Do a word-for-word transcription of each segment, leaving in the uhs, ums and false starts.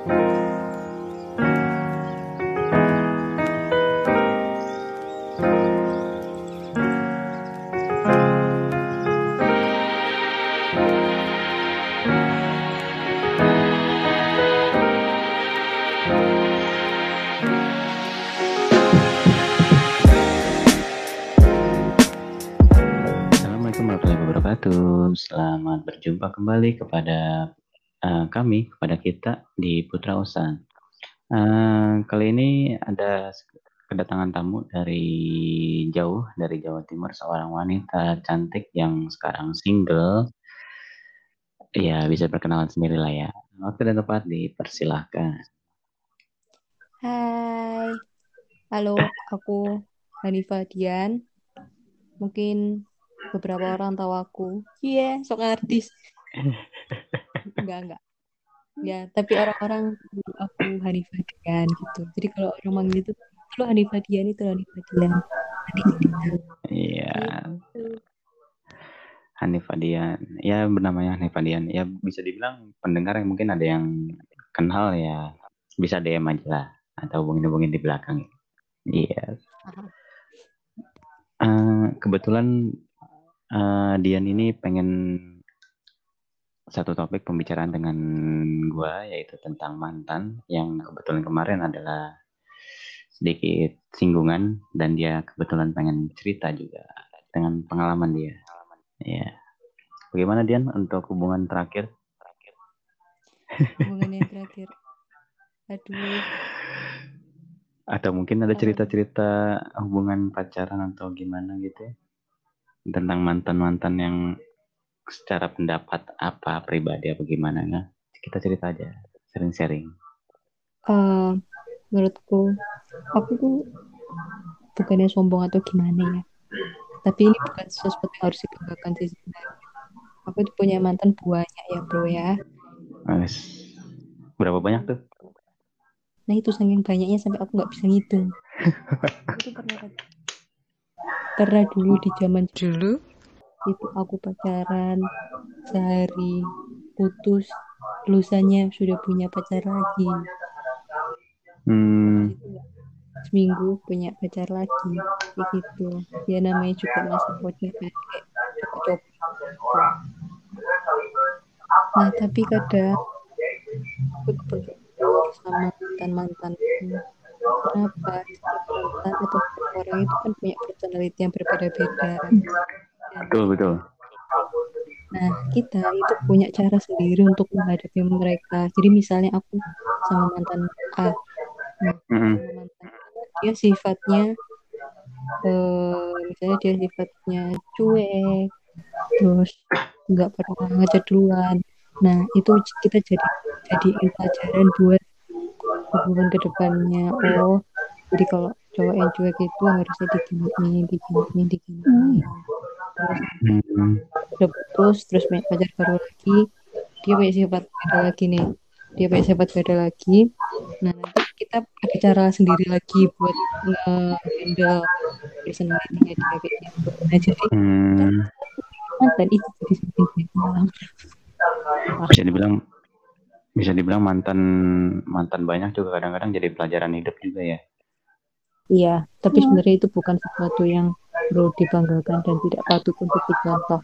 Selamat berjumpa kembali kepada uh, kami, kepada kita di Putra Usan. Uh, kali ini ada kedatangan tamu dari jauh, dari Jawa Timur, seorang wanita cantik yang sekarang single. Ya, bisa perkenalan sendiri lah ya. Waktu dan tempat dipersilahkan. Hai, halo, aku Hanifah Dian. Mungkin beberapa orang tahu aku. Iya, yeah, sok artis. Enggak, enggak. Ya, tapi orang-orang tahu aku Hanifah Dian gitu. Jadi kalau orang manggil itu, lo Hanifah Dian itu Hanifah Dian. Iya. Hanifah Dian. Ya, bernamanya Hanifah Dian. Ya, bisa dibilang pendengar yang mungkin ada yang kenal ya. Bisa D M aja lah. Atau hubungin-hubungin di belakang. Iya. Yes. Uh, kebetulan uh, Dian ini pengen satu topik pembicaraan dengan gua, yaitu tentang mantan, yang kebetulan kemarin adalah sedikit singgungan, dan dia kebetulan pengen cerita juga dengan pengalaman dia. Ya. Bagaimana Dian untuk hubungan terakhir? Hubungan yang terakhir. Aduh. Atau mungkin ada cerita-cerita hubungan pacaran atau gimana gitu ya? Tentang mantan-mantan yang secara pendapat apa, pribadi apa gimana, nggak? Kita cerita aja, sharing-sharing. Uh, menurutku, aku tuh bukannya sombong atau gimana ya. Tapi ini bukan sesuatu yang harus dibanggakan sih sebenarnya. Aku tuh punya mantan banyak ya bro ya. Berapa banyak tuh? Nah itu saking banyaknya sampai aku nggak bisa ngitung. Itu pernah pernah dulu di zaman dulu itu aku pacaran sehari putus, lusanya sudah punya pacar lagi. Hmm. Seminggu punya pacar lagi, kayak gitu. Ya namanya juga masa bocah kan, kayak coba-coba. Nah tapi kadang aku bersyukur sama mantan-mantanku. Kenapa? Setiap mantan atau setiap orang itu kan punya personality yang berbeda-beda. Betul, betul. Nah, kita itu punya cara sendiri untuk menghadapi mereka. Jadi misalnya aku sama mantan A, nah, Mm-hmm. sama mantan dia sifatnya, eh, misalnya dia sifatnya cuek, terus nggak pernah ngajak duluan. Nah, itu kita jadi jadiin pelajaran buat hubungan kedepannya. Oh, jadi kalau cowok yang cuek itu harusnya diginiin, diginiin, diginiin. Terus hmm. udah putus, terus punya pacar baru lagi, dia punya sifat beda lagi nih. Dia punya sifat beda lagi. Nah, nanti kita ada cara sendiri lagi buat nge-handle personality-nya dia kayak gitu. Nah, jadi Hmm. mantan itu jadi semakin banyak. Bisa dibilang bisa dibilang mantan mantan banyak juga kadang-kadang jadi pelajaran hidup juga ya. Iya, tapi sebenarnya itu bukan sesuatu yang perlu dibanggakan dan tidak patut untuk dicontoh.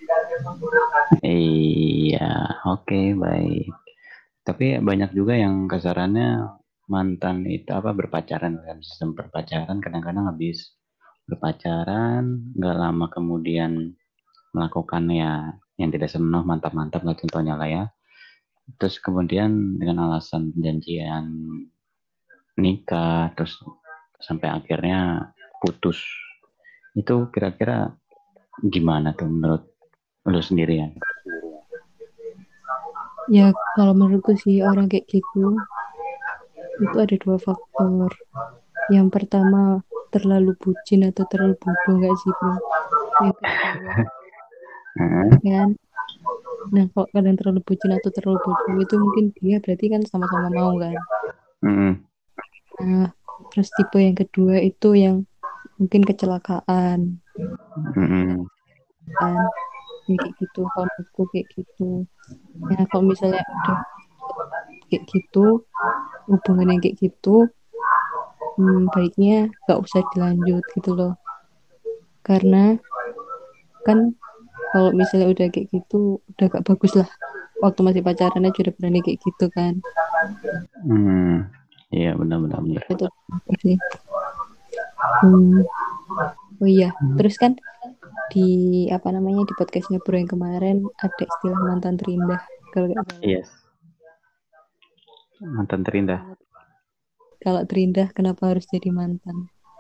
Iya, oke, okay, baik. Tapi banyak juga yang kasarannya mantan itu apa berpacaran dalam sistem berpacaran, kadang-kadang habis berpacaran nggak lama kemudian melakukan ya yang tidak senonoh, mantap-mantap lah contohnya lah ya. Terus kemudian dengan alasan perjanjian nikah terus sampai akhirnya putus. Itu kira-kira gimana tuh menurut lu sendiri ya? Ya, kalau menurutku sih orang kayak gitu itu ada dua faktor. Yang pertama terlalu bucin atau terlalu bodoh nggak sih bro? Yang kedua kan, nah kalau kalian terlalu bucin atau terlalu bodoh itu mungkin dia berarti kan sama-sama mau kan. Mm-hmm. Nah terus tipe yang kedua itu yang mungkin kecelakaan Mm-hmm. kan, ya, kayak gitu. Kalau menurutku kayak gitu. Ya kalau misalnya udah kayak gitu, hubungan yang kayak gitu, hmm, baiknya gak usah dilanjut gitu loh. Karena kan kalau misalnya udah kayak gitu, udah gak bagus lah. Waktu masih pacaran aja udah berani kayak gitu kan. Hmm, iya benar-benar benar. Itu bagus sih. Hmm. Oh iya, terus kan di apa namanya di podcastnya Bro yang kemarin ada istilah mantan terindah kalau nggak salah. Yes, mantan terindah. Kalau kalau terindah kenapa harus jadi mantan?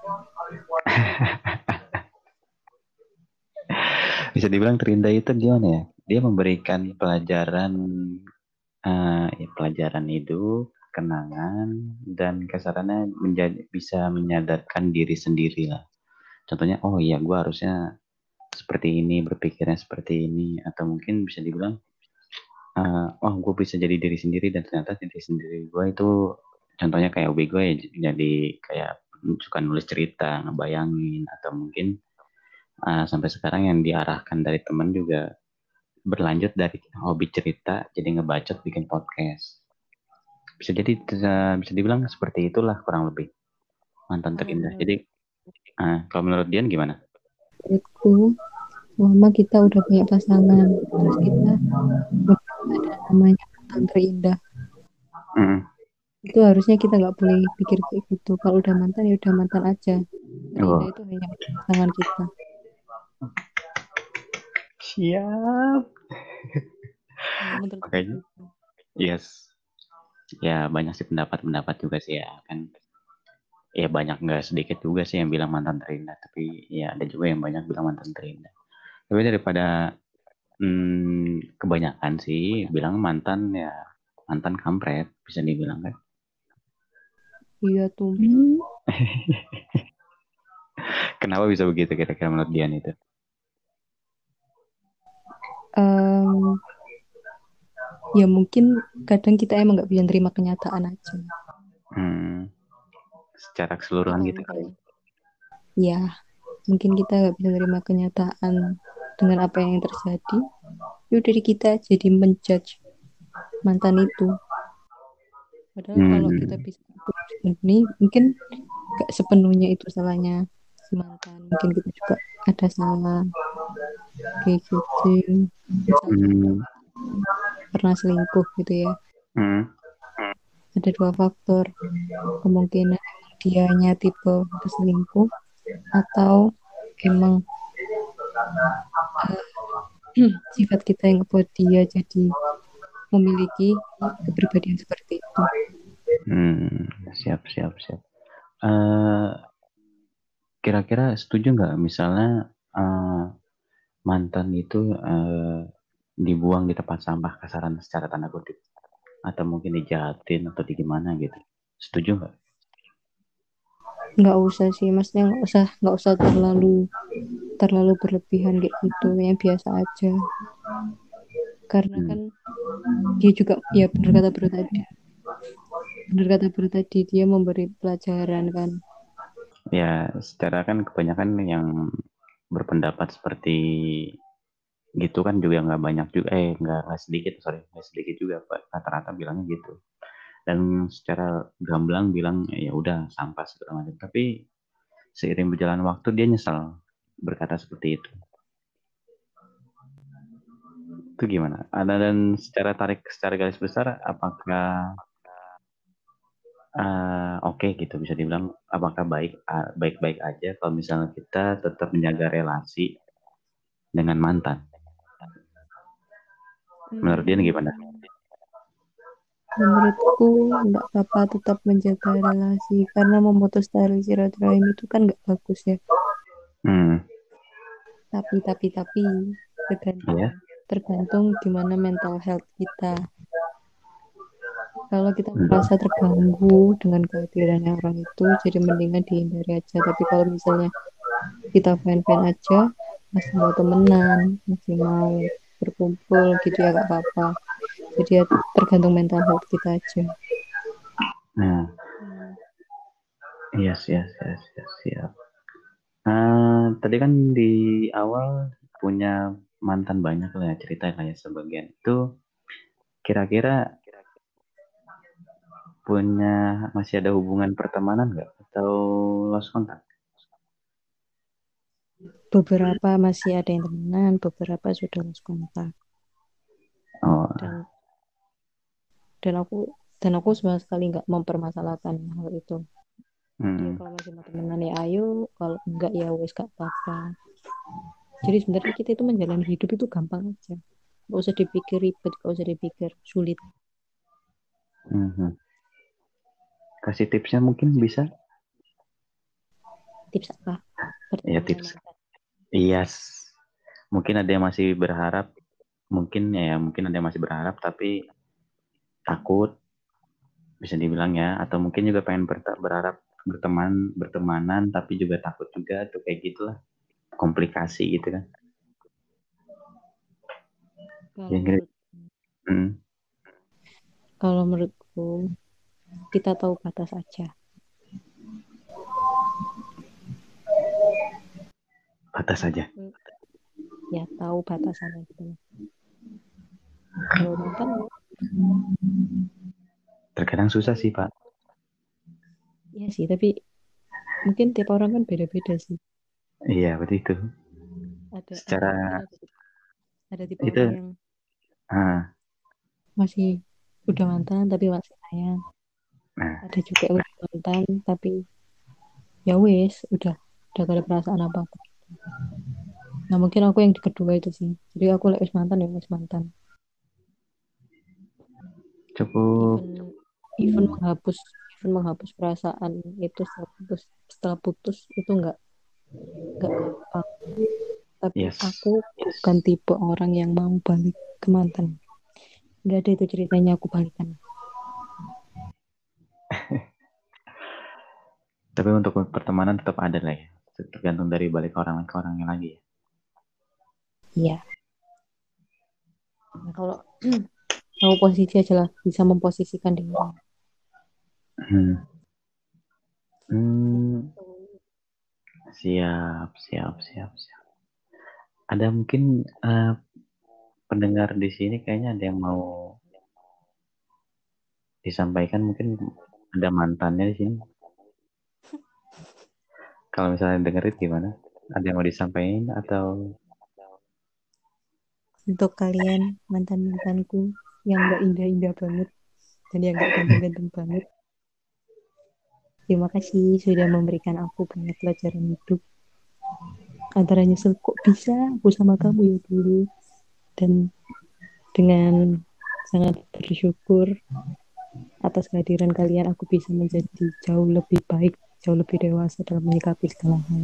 Bisa dibilang terindah itu gimana ya? Dia memberikan pelajaran, eh, ya, pelajaran hidup, kenangan, dan kasarannya menjadi bisa menyadarkan diri sendiri lah. Contohnya, oh iya, gue harusnya seperti ini, berpikirnya seperti ini, atau mungkin bisa dibilang, eh, oh gue bisa jadi diri sendiri dan ternyata diri sendiri gue itu, contohnya kayak hobi gue ya, jadi kayak suka nulis cerita, ngebayangin, atau mungkin uh, sampai sekarang yang diarahkan dari temen juga berlanjut dari hobi cerita jadi ngebacot bikin podcast. Bisa jadi bisa, bisa dibilang seperti itulah kurang lebih mantan Kalau terindah. menurut Jadi uh, kalau menurut Dian gimana? menurutku, selama kita udah punya pasangan, terus kita udah ada namanya mantan terindah, Mm. itu harusnya kita nggak boleh pikir kayak gitu. Kalau udah mantan ya udah mantan aja. Terindah Oh, itu hanya pasangan kita. siap. Kalau menurutku Makanya, gitu. yes. Ya banyak sih pendapat-pendapat juga sih ya kan. Ya banyak nggak sedikit juga sih yang bilang mantan terindah. Tapi ya ada juga yang banyak bilang mantan terindah. Tapi daripada hmm, kebanyakan sih bilang mantan ya mantan kampret bisa dibilang kan. Iya tuh. Kenapa bisa begitu kira-kira menurut Dian itu? Em, ya mungkin kadang kita emang nggak bisa terima kenyataan aja. Hmm, secara keseluruhan Atau gitu kali. misalnya, ya mungkin kita nggak bisa terima kenyataan dengan apa yang terjadi. Ya dari kita jadi menjudge mantan itu. Padahal kalau kita Hmm, bisa ini mungkin gak sepenuhnya itu salahnya si mantan. Mungkin kita juga ada salah kayak gitu. Misalnya ada hmm, pernah selingkuh gitu ya. hmm, Ada dua faktor. Kemungkinan emang dianya tipe berselingkuh atau emang uh, sifat kita yang ngebuat dia jadi memiliki kepribadian seperti itu. hmm, siap, siap, siap. Eh, kira-kira setuju nggak misalnya eh, mantan itu eh, dibuang di tempat sampah kasaran secara tanda kutip, atau mungkin dijahatin atau di gimana gitu? Setuju nggak? Nggak usah sih, maksudnya nggak usah nggak usah terlalu terlalu berlebihan kayak gitu, yang biasa aja. Karena Hmm. kan dia juga ya benar kata Bro tadi, benar kata Bro tadi dia memberi pelajaran kan. Ya, secara kan kebanyakan yang berpendapat seperti gitu kan juga nggak banyak juga, eh nggak nggak sedikit, sorry nggak sedikit juga Pak. Rata-rata bilangnya gitu. Dan secara gamblang bilang ya udah sampah segala macam. Tapi seiring berjalan waktu dia nyesal berkata seperti itu. Itu gimana? Ada dan secara tarik secara garis besar apakah uh, oke okay, gitu bisa dibilang apakah baik uh, baik-baik aja kalau misalnya kita tetap menjaga relasi dengan mantan? Menurut dia gimana? Hmm, menurutku nggak apa-apa tetap menjaga relasi karena memutus tali silaturahim itu kan nggak bagus ya. Hmm, Tapi tapi tapi tergantung ya. tergantung gimana mental health kita. Kalau kita Hmm. merasa terganggu dengan kehadirannya orang itu, jadi mendingan dihindari aja. Tapi kalau misalnya kita fine-fine aja, masih mau temenan, masih mau berkumpul gitu ya gak apa-apa. Jadi ya tergantung mental health kita aja. Nah, Hmm. yes, yes, yes, yes, siap. Uh, tadi kan di awal punya mantan banyak lah ya cerita kayak sebagian itu kira-kira punya masih ada hubungan pertemanan nggak atau lost contact? Beberapa masih ada yang temenan, beberapa sudah lost kontak. Oh, Dan dan aku dan aku sama sekali nggak mempermasalahkan hal itu. Dia hmm, kalau masih mau temenan ya ayo, kalau enggak ya wes gak apa-apa. Jadi sebenarnya kita itu menjalani hidup itu gampang aja. Gak usah dipikir ribet, gak usah dipikir sulit. hmm, hmm. Kasih tipsnya mungkin bisa? Tips apa? Ya Bertemu dengan tips. mantan. Yes. Mungkin ada yang masih berharap, mungkin ya mungkin ada yang masih berharap tapi takut bisa dibilang ya, atau mungkin juga pengen ber- berharap berteman bertemanan tapi juga takut juga tuh kayak gitulah, komplikasi gitu kan. Kalau Yang menurut hmm, kalau menurutku kita tahu batas aja. batas saja. Hmm, Ya tahu batasannya gitu. Kalau mantan ya, Terkadang susah tapi sih Pak. ya sih, tapi mungkin tiap orang kan beda-beda sih. Iya betul itu. Ada ada mungkin Secara ada ada tipe itu orang yang ah, masih udah mantan tapi masih sayang. nah Ada juga yang udah mantan tapi ya wes udah udah gak ada perasaan apa apa. Nah mungkin aku yang kedua itu sih. Jadi aku lek wis mantan ya wis mantan. cukup. Even even menghapus even menghapus perasaan itu setelah putus setelah putus itu nggak nggak gampang. Tapi Yes. aku bukan tipe orang yang mau balik ke mantan. Nggak ada itu ceritanya aku balikan. Tapi untuk pertemanan tetap ada lah ya, tergantung dari balik orang ke orangnya lagi ya. Iya. Nah, kalau tahu posisi aja lah bisa memposisikan diri. hmm. Hmm, Gitu. siap siap siap siap. Ada mungkin eh, pendengar di sini kayaknya ada yang mau disampaikan, mungkin ada mantannya di sini. Kalau misalnya dengerin gimana? Ada yang mau disampaikan atau Untuk kalian mantan-mantanku yang nggak indah-indah banget dan yang nggak ganteng-ganteng banget, terima kasih sudah memberikan aku banyak pelajaran hidup. Antara nyesel kok bisa aku sama kamu ya dulu dan dengan sangat bersyukur atas kehadiran kalian aku bisa menjadi jauh lebih baik, jauh lebih dewasa dalam menyikapi segala hal.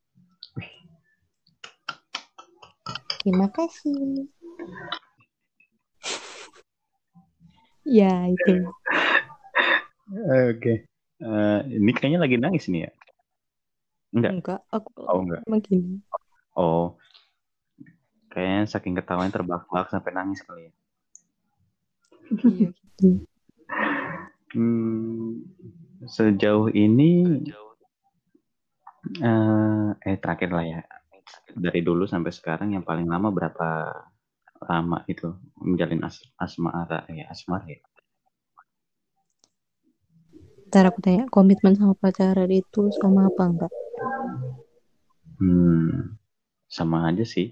Terima kasih. Ya itu. oke. Okay. Uh, ini kayaknya lagi nangis nih ya? Enggak. Enggak, aku Oh enggak. emang gini. Oh, kayaknya saking ketawanya terbahak-bahak sampai nangis kali ya. Iya gitu. Hmm, sejauh ini eh, eh terakhir lah ya. Dari dulu sampai sekarang yang paling lama berapa lama itu menjalin as asmara ya asmara ya. Ntar aku tanya komitmen sama pacaran itu sama apa enggak? Hmm, sama aja sih.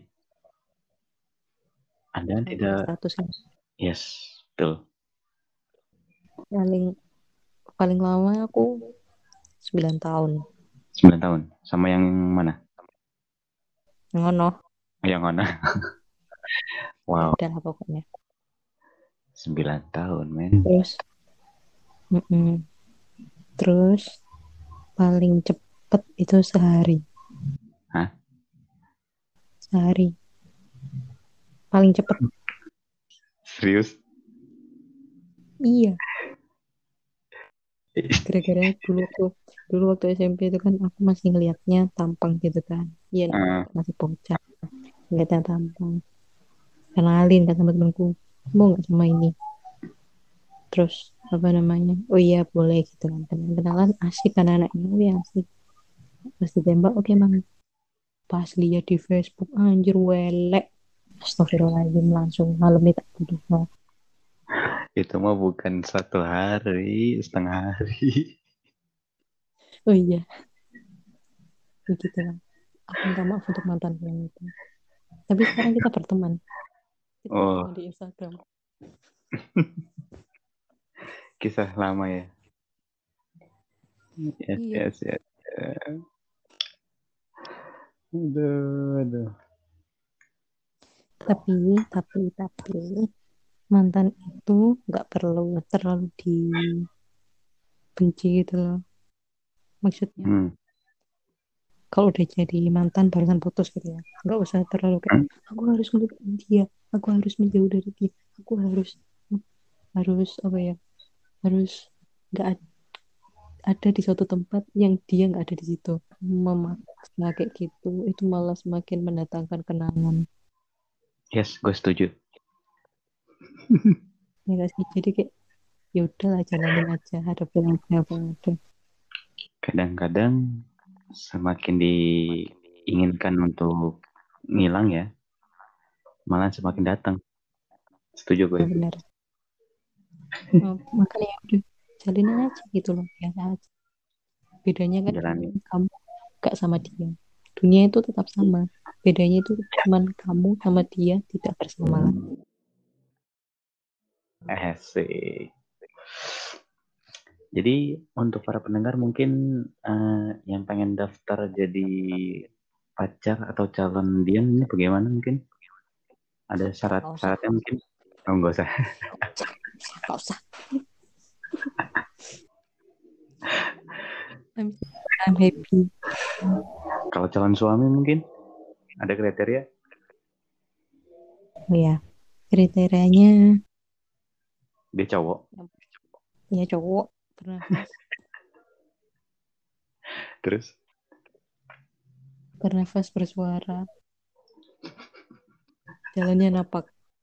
Ada yang Sama beda tidak. statusnya. Yes, betul. Paling paling lama aku sembilan tahun. Sembilan tahun. Sama yang mana? Ngono. Yang mana? Ya Wow, udahlah pokoknya. sembilan tahun, men. Terus, mm-mm. Terus paling cepet itu sehari. Hah? Sehari. Paling cepet. Serius? Iya. Gara-gara dulu waktu dulu waktu S M P itu kan aku masih ngelihatnya tampang gitu kan. Iya namanya Ah, juga masih bocah. Ngeliatnya tampang. Kenalin kan sama temenku. Mau nggak sama ini? Terus apa namanya? Oh iya boleh gitu kan. Kenalan asik kan anaknya. Oh iya asik. Pas ditembak oke mang. Pas lihat di Facebook anjir welek. Astagfirullahaladzim langsung malam itu tak bunuh. Itu mah bukan satu hari, setengah hari. Oh iya, ya gitu lah. Aku minta maaf untuk mantanku yang itu. Tapi sekarang kita berteman. Kita Oh, berteman di Instagram. kisah lama ya. Yes, Iya. yes, yes. Aduh, aduh. Tapi, tapi, tapi mantan itu nggak perlu terlalu dibenci gitu loh. Maksudnya Hmm. kalau udah jadi mantan barusan putus gitu ya, nggak usah terlalu kayak Hmm? aku harus melupakan dia, aku harus menjauh dari dia, aku harus harus apa ya, harus nggak ad- ada di suatu tempat yang dia nggak ada di situ. Memaksa kayak gitu itu malah semakin mendatangkan kenangan. Yes, gue setuju. Ya nggak sih, jadi kayak ya udahlah jalanin aja, hadapin aja apa yang ada. Kadang-kadang semakin diinginkan untuk ngilang ya, malah semakin datang. Setuju gue Ya itu. benar. Oh, makanya ya udah jalinin aja gitu loh, biasa aja. Bedanya kan Jalani. kamu gak sama dia. Dunia itu tetap sama. Bedanya itu cuman kamu sama dia tidak bersama lagi. Asik. Jadi untuk para pendengar mungkin eh, yang pengen daftar jadi pacar atau calon Dian ini bagaimana mungkin? Ada Gak usah, syarat-syaratnya mungkin? Oh, enggak usah. gak usah, gak usah. I'm, I'm happy. Kalau calon suami mungkin ada kriteria? Oh ya, kriterianya Dia cowok. ya cowok bernafas, Terus bernafas bersuara, jalannya napak.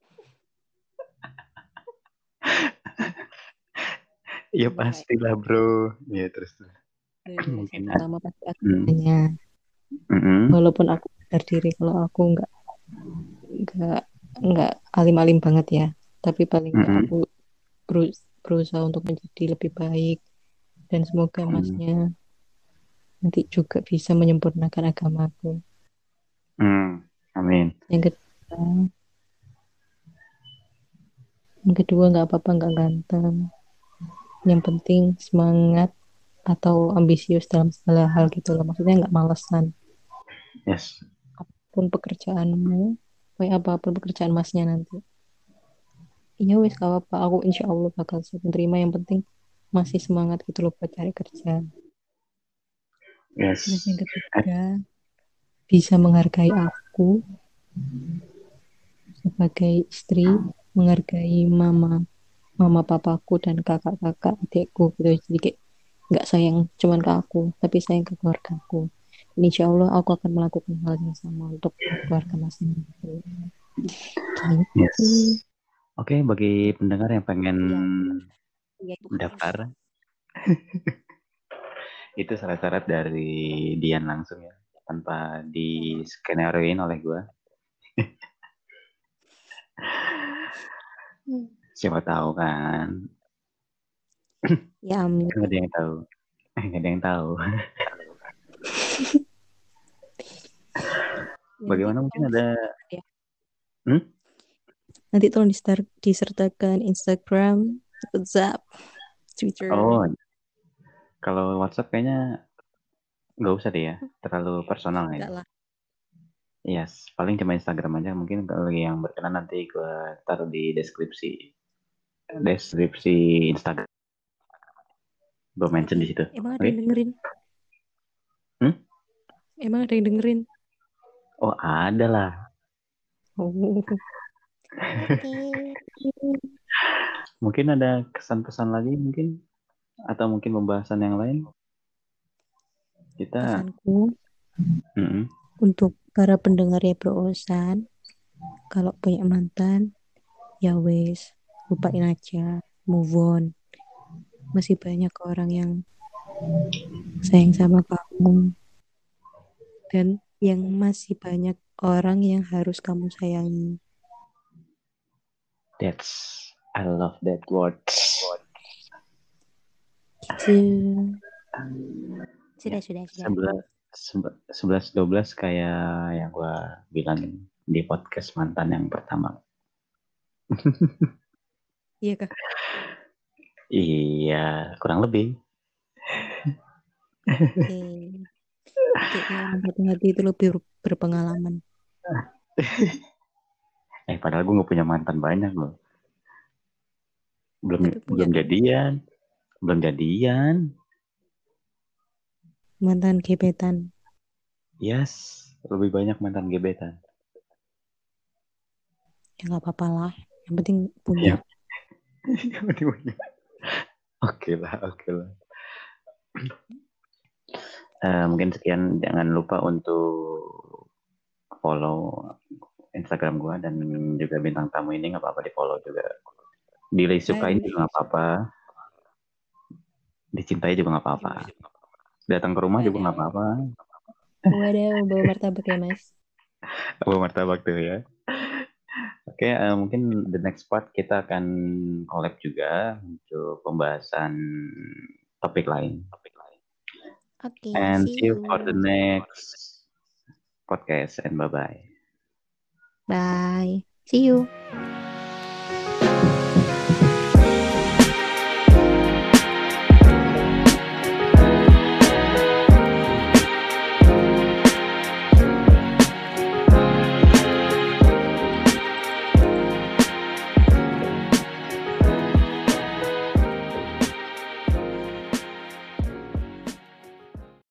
ya Enggak, pastilah bro. Ya terus terus. ya, yang Mungkin ada. pertama pasti aku Hmm. tanya. Mm-mm. Walaupun aku sadar diri kalau aku nggak nggak nggak alim-alim banget ya, tapi paling nggak Mm-mm. aku beru- berusaha untuk menjadi lebih baik dan semoga Hmm. masnya nanti juga bisa menyempurnakan agamaku. Hmm. Amin. Yang kedua, yang kedua nggak apa-apa nggak ganteng. Yang penting semangat atau ambisius dalam segala hal gitu loh. Maksudnya nggak malesan. Yes. Apapun pekerjaanmu, kayak apapun pekerjaan masnya nanti. Iya wes gak apa-apa. Aku insya Allah bakal siap menerima. Yang penting masih semangat gitu loh buat cari kerja. Terus Yes. yang Eh, ketiga, bisa menghargai aku sebagai istri, menghargai mama, mama papaku dan kakak-kakak adikku gitu. Jadi kayak nggak sayang cuman ke aku, tapi sayang ke keluargaku. Dan insya Allah aku akan melakukan hal yang sama untuk keluarga masing-masing. Yes. Gitu. Oke, bagi pendengar yang pengen Ya, ya itu harus. daftar, itu syarat-syarat dari Dian langsung ya, tanpa di skenario oleh gue. Siapa tahu kan? Ya amin. Kan nggak ada yang tahu. Nggak ada yang tahu. Nanti Bagaimana mungkin tolong ada? disertakan ya. Hmm? Nanti tolong distar- disertakan Instagram, WhatsApp, Twitter. Oh, kalau WhatsApp kayaknya nggak usah deh ya, terlalu personal Enggak ya. lah. Yes, paling cuma Instagram aja. Mungkin kalau yang berkenan nanti gue taruh di deskripsi, deskripsi Instagram. Gue mention di situ. Emang ada Oke? yang dengerin? Hmm? Emang ada yang dengerin? Oh, ada lah. Oh, oke. Mungkin ada kesan-pesan lagi mungkin, atau mungkin pembahasan yang lain. Kita, Pesanku mm-mm. untuk para pendengar ya Bro Osan, kalau punya mantan, ya wes, lupain aja, move on. Masih banyak orang yang sayang sama kamu dan yang masih banyak orang yang harus kamu sayangi. That's I love that word. Gitu. Sudah, Ya, sudah, sudah. sebelas sebelas dua belas kayak yang gue bilang di podcast mantan yang pertama. Iya kah? Iya, kurang lebih. Oke. Kayaknya orang patah hati itu lebih berpengalaman. Eh, padahal gue gak punya mantan banyak loh. Belum Tapi punya belum kan jadian, belum jadian. mantan gebetan. Yes, lebih banyak mantan gebetan. Ya nggak apa-apa lah. Yang penting punya. Ya, oke lah, oke lah. Eh, mungkin sekian. Jangan lupa untuk follow Instagram gue dan juga bintang tamu ini nggak apa-apa di follow juga. Disukain Aduh. juga nggak apa-apa, dicintai juga nggak apa-apa, datang ke rumah juga nggak Wadaw. apa-apa. Wadaw, bawa martabak ya mas. Bawa martabak tuh ya. Oke, uh, mungkin the next part kita akan collab juga untuk pembahasan topik lain. Oke, okay, And see see you for the you. next podcast and bye-bye. Bye. See you.